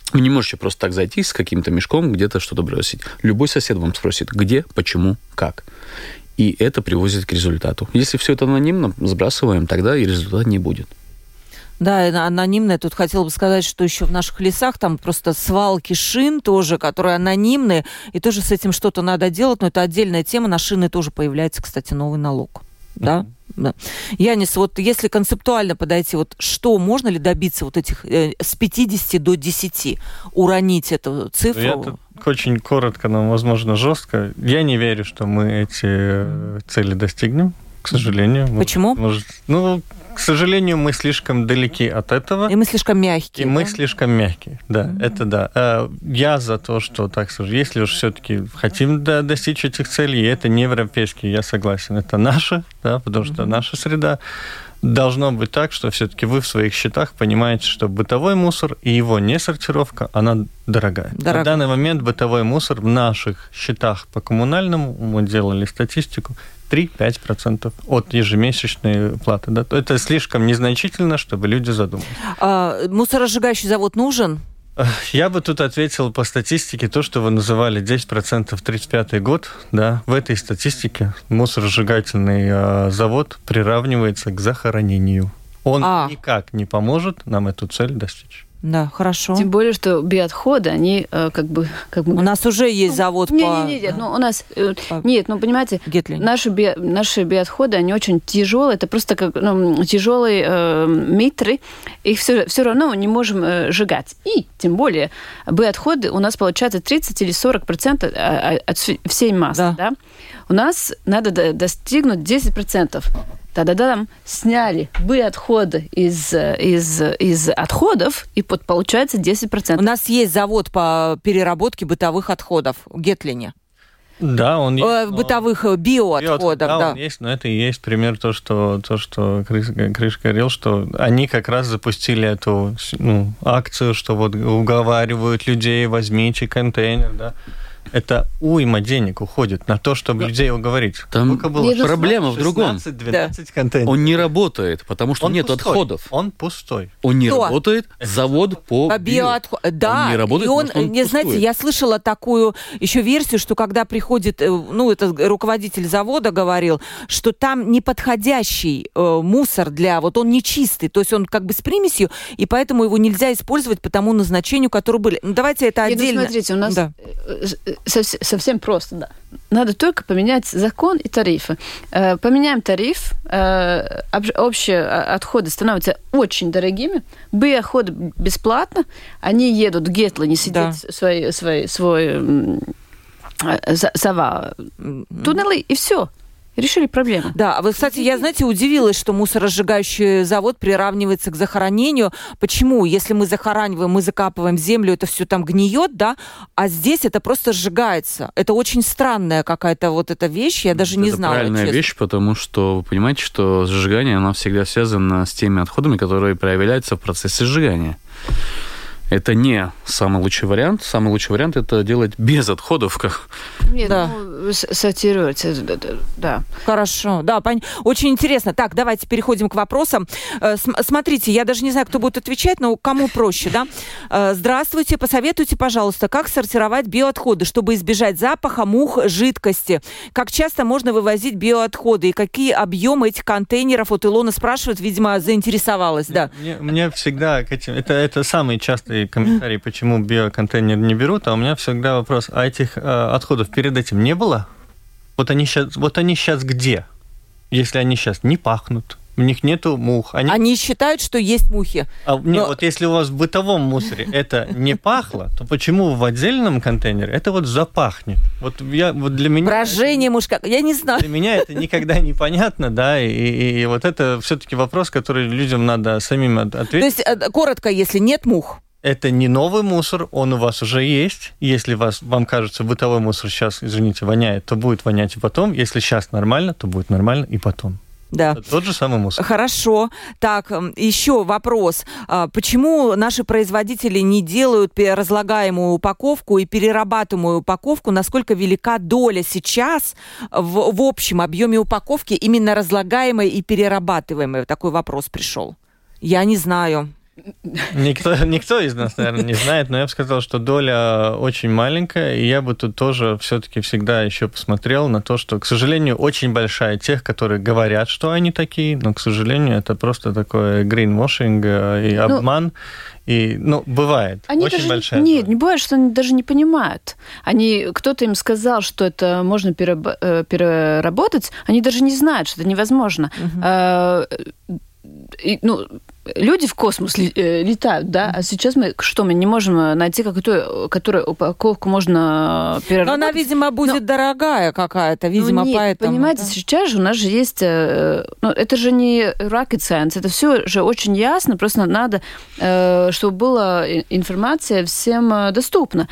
Вы не можете просто так зайти с каким-то мешком, где-то что-то бросить. Любой сосед вам спросит, где, почему, как. И это приводит к результату. Если все это анонимно сбрасываем, тогда и результата не будет. Да, анонимное. Тут хотела бы сказать, что еще в наших лесах там просто свалки шин тоже, которые анонимные, и тоже с этим что-то надо делать, но это отдельная тема. На шины тоже появляется, кстати, новый налог. Да? Да. Янис, вот если концептуально подойти, вот что, можно ли добиться вот этих с 50 до 10, уронить эту цифру? Я тут очень коротко, но, возможно, жестко. Я не верю, что мы эти цели достигнем, к сожалению. Почему? К сожалению, мы слишком далеки от этого. И мы слишком мягкие. Мы слишком мягкие, да, это да. Я за то, что, так скажем, если уж все-таки хотим достичь этих целей, это не европейские, я согласен, это наши, да, потому что наша среда. Должно быть так, что все-таки вы в своих счетах понимаете, что бытовой мусор и его несортировка, она дорогая. На данный момент бытовой мусор в наших счетах по коммунальному, мы делали статистику, 3-5% от ежемесячной платы. Да? Это слишком незначительно, чтобы люди задумались. Мусоросжигающий завод нужен? Я бы тут ответил по статистике то, что вы называли 10% 35-й год. Да, в этой статистике мусоросжигательный завод приравнивается к захоронению. Он никак не поможет нам эту цель достичь. Да, хорошо. Тем более, что биоотходы, они как бы... У нас уже есть завод Нет, у нас... Нет, понимаете, наши биоотходы, они очень тяжелые, это просто как тяжелые метры, их все равно не можем сжигать. И, тем более, биоотходы у нас получается 30 или 40% от всей массы, да? У нас надо достигнуть 10%. Тогда сняли биоотходы из отходов, и получается 10%. У нас есть завод по переработке бытовых отходов в Гетлине. Да, он есть. Бытовых биоотходов, да. Он есть, но это и есть пример то, что Криш говорил, что они как раз запустили эту акцию, что вот уговаривают людей, возьмите контейнер, да. Это уйма денег уходит на то, чтобы людей уговорить. Там проблема в другом. 16-12 контейнеров. Он не работает, потому что нет отходов. Он пустой. Он не работает. Завод по биоотходам. Да, он не работает, и он пустует. знаете, я слышала такую еще версию, что когда приходит, это руководитель завода говорил, что там неподходящий мусор для, вот он нечистый, то есть он как бы с примесью, и поэтому его нельзя использовать по тому назначению, которое были. Давайте это отдельно. Смотрите, у нас... Совсем просто, да. Надо только поменять закон и тарифы. Поменяем тариф, общие отходы становятся очень дорогими, биоотходы бесплатно, они едут в Гетлине сидеть свой туннели, и все. Решили проблему. Да, вы, кстати, я, удивилась, что мусоросжигающий завод приравнивается к захоронению. Почему? Если мы захораниваем, мы закапываем землю, это все там гниет, да, а здесь это просто сжигается. Это очень странная какая-то вот эта вещь, я даже не знала. Это правильная вещь, потому что вы понимаете, что сжигание, оно всегда связано с теми отходами, которые проявляются в процессе сжигания. Это не самый лучший вариант. Самый лучший вариант – это делать без отходов. Нет, сортировать, да. Хорошо, да, очень интересно. Так, давайте переходим к вопросам. Смотрите, я даже не знаю, кто будет отвечать, но кому проще, да? Здравствуйте, посоветуйте, пожалуйста, как сортировать биоотходы, чтобы избежать запаха, мух, жидкости. Как часто можно вывозить биоотходы и какие объемы этих контейнеров? Вот Илона спрашивает, видимо, заинтересовалась, да. Мне всегда это самый частый комментарий, почему биоконтейнер не берут, а у меня всегда вопрос, а этих отходов перед этим не было? Вот они сейчас где? Если они сейчас не пахнут, у них нету мух. Они считают, что есть мухи. Вот если у вас в бытовом мусоре это не пахло, то почему в отдельном контейнере это вот запахнет? Вот для меня... Брожение мушка, я не знаю. Для меня это никогда не понятно, да, и вот это все-таки вопрос, который людям надо самим ответить. То есть, коротко, если нет мух, это не новый мусор, он у вас уже есть. Если вам кажется, бытовой мусор сейчас, извините, воняет, то будет вонять и потом. Если сейчас нормально, то будет нормально и потом. Да. Это тот же самый мусор. Хорошо. Так, еще вопрос. Почему наши производители не делают разлагаемую упаковку и перерабатываемую упаковку? Насколько велика доля сейчас в общем объеме упаковки именно разлагаемой и перерабатываемой? Такой вопрос пришел. Я не знаю. Никто из нас, наверное, не знает, но я бы сказал, что доля очень маленькая, и я бы тут тоже все-таки всегда еще посмотрел на то, что, к сожалению, очень большая тех, которые говорят, что они такие, но, к сожалению, это просто такой greenwashing и обман. И, бывает. Они очень даже большая. Нет, не бывает, что они даже не понимают. Кто-то им сказал, что это можно переработать, они даже не знают, что это невозможно. Люди в космос летают, да, а сейчас мы не можем найти которую упаковку можно переработать. Но она, видимо, будет дорогая какая-то, видимо, нет, поэтому. Понимаете, сейчас же у нас же есть... это же не rocket science, это все же очень ясно, просто надо, чтобы была информация всем доступна.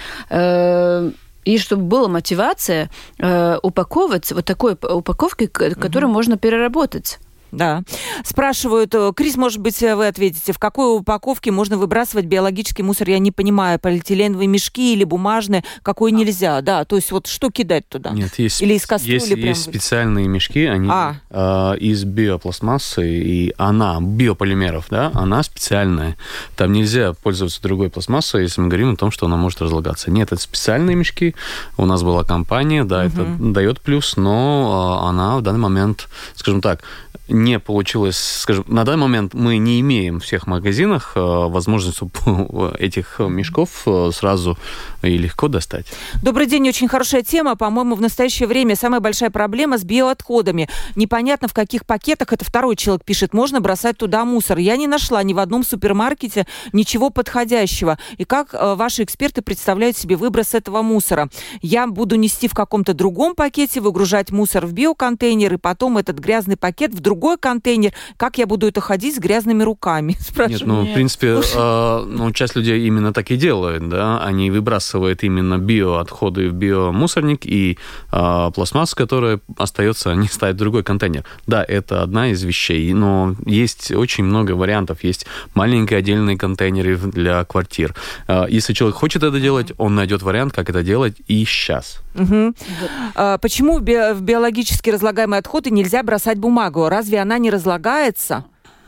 И чтобы была мотивация упаковывать вот такой упаковкой, которую можно переработать. Да. Спрашивают, Крис, может быть, вы ответите, в какой упаковке можно выбрасывать биологический мусор? Я не понимаю, полиэтиленовые мешки или бумажные, какой нельзя, да? То есть вот что кидать туда? Нет, есть, или из кастрюли есть специальные мешки, они из биопластмассы, и она, биополимеров, да, она специальная. Там нельзя пользоваться другой пластмассой, если мы говорим о том, что она может разлагаться. Нет, это специальные мешки. У нас была компания, да, это дает плюс, но она в данный момент, скажем так, не получилось, скажем, на данный момент мы не имеем в всех магазинах возможности этих мешков сразу и легко достать. Добрый день, очень хорошая тема. По-моему, в настоящее время самая большая проблема с биоотходами. Непонятно, в каких пакетах, это второй человек пишет, можно бросать туда мусор. Я не нашла ни в одном супермаркете ничего подходящего. И как ваши эксперты представляют себе выброс этого мусора? Я буду нести в каком-то другом пакете, выгружать мусор в биоконтейнер, и потом этот грязный пакет в другой контейнер. Как я буду это ходить с грязными руками? Нет, в принципе, часть людей именно так и делают, да, они выбрасывают именно биоотходы в биомусорник, и пластмассу, которая остается, они ставят в другой контейнер. Да, это одна из вещей, но есть очень много вариантов. Есть маленькие отдельные контейнеры для квартир. Если человек хочет это делать, он найдет вариант, как это делать и сейчас. Почему в биологически разлагаемые отходы нельзя бросать бумагу? Разве она не разлагается?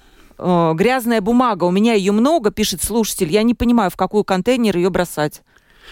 Грязная бумага, у меня ее много, пишет слушатель. Я не понимаю, в какой контейнер ее бросать.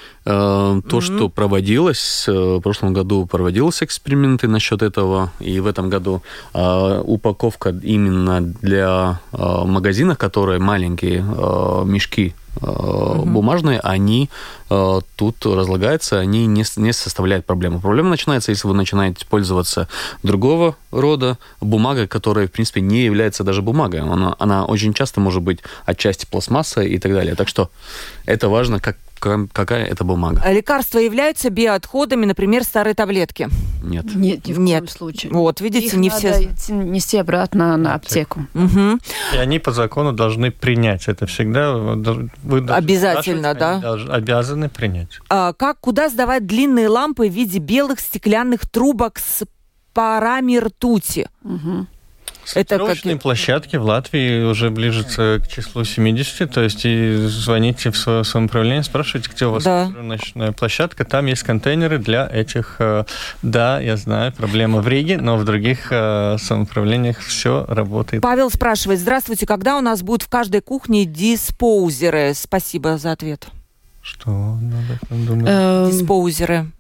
То, что проводилось, в прошлом году проводились эксперименты насчет этого, и в этом году упаковка именно для магазинов, которые маленькие мешки бумажные, они тут разлагаются, они не составляют проблему. Проблема начинается, если вы начинаете пользоваться другого рода бумагой, которая, в принципе, не является даже бумагой. Она очень часто может быть отчасти пластмасса и так далее. Так что это важно, какая это бумага. Лекарства являются биоотходами, например, старые таблетки? Нет. Нет, ни в коем случае. Вот, видите, их не надо все... нести обратно на аптеку. И они по закону должны принять. Это всегда... Вы обязательно, да? Обязаны принять. Куда сдавать длинные лампы в виде белых стеклянных трубок с парами ртути? Сортировочные площадки в Латвии уже ближется к числу 70, то есть и звоните в самоуправление, спрашивайте, где у вас сортировочная площадка, там есть контейнеры для этих, да, я знаю, проблема в Риге, но в других самоуправлениях все работает. Павел спрашивает, здравствуйте, когда у нас будут в каждой кухне диспоузеры? Спасибо за ответ. Что надо там думать? Диспоузеры.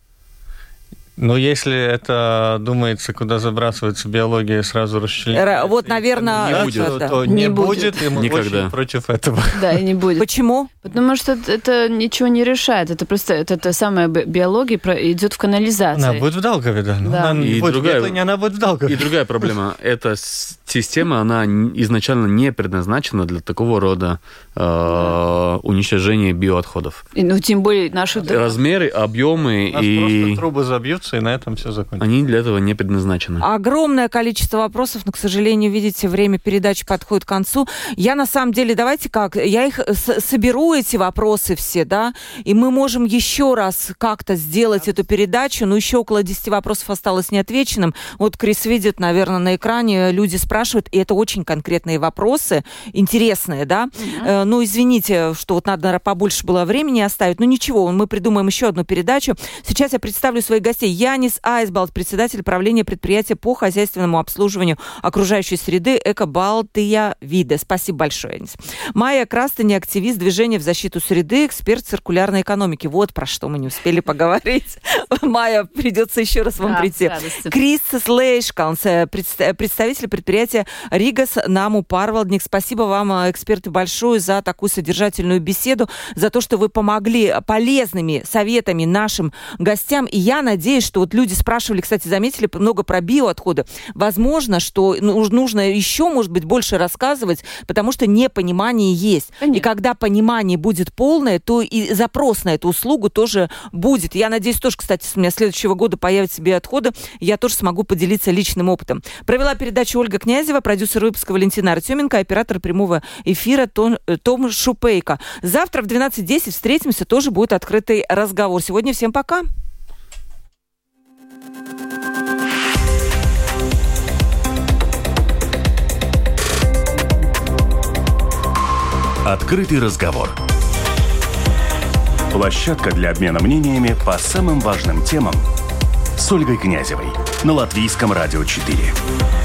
Но если это думается, куда забрасывается биология, сразу расчленяется. Вот, наверное, то не будет, и мы никогда очень против этого. Да, и не будет. Почему? Потому что это ничего не решает. Это просто это самая биология идет в канализации. Она будет в Даугаве, да. Да. Она будет в Ветлине, она будет в Даугаве. И другая проблема. Эта система, она изначально не предназначена для такого рода уничтожения биоотходов. Тем более наши... Размеры, объемы просто трубы забьются, и на этом все закончится. Они для этого не предназначены. Огромное количество вопросов, но, к сожалению, видите, время передачи подходит к концу. Я, на самом деле, давайте как, я их соберу, эти вопросы все, да, и мы можем еще раз как-то сделать эту передачу, но еще около 10 вопросов осталось неотвеченным. Вот Крис видит, наверное, на экране, люди спрашивают, и это очень конкретные вопросы, интересные, да, извините, что вот надо побольше было времени оставить. Ну, ничего, мы придумаем еще одну передачу. Сейчас я представлю своих гостей. Янис Айсбалт, председатель правления предприятия по хозяйственному обслуживанию окружающей среды «Эко-Балтия Виде». Спасибо большое, Янис. Майя Крастани, активист движения в защиту среды, эксперт циркулярной экономики. Вот про что мы не успели поговорить. Майя, придется еще раз вам прийти. Крис Слейшкалнс, представитель предприятия Ригас Наму Парвалдник. Спасибо вам, эксперты, большое за такую содержательную беседу, за то, что вы помогли полезными советами нашим гостям. И я надеюсь, что вот люди спрашивали, кстати, заметили много про биоотходы. Возможно, что нужно еще, может быть, больше рассказывать, потому что непонимание есть. Конечно. И когда понимание будет полное, то и запрос на эту услугу тоже будет. Я надеюсь, тоже, кстати, у меня с следующего года появятся биоотходы, я тоже смогу поделиться личным опытом. Провела передачу Ольга Князева, продюсер выпуска Валентина Артеменко, оператор прямого эфира Том Шупейко. Завтра в 12:10 встретимся, тоже будет открытый разговор. Сегодня всем пока. Открытый разговор. Площадка для обмена мнениями по самым важным темам с Ольгой Князевой на Латвийском радио 4.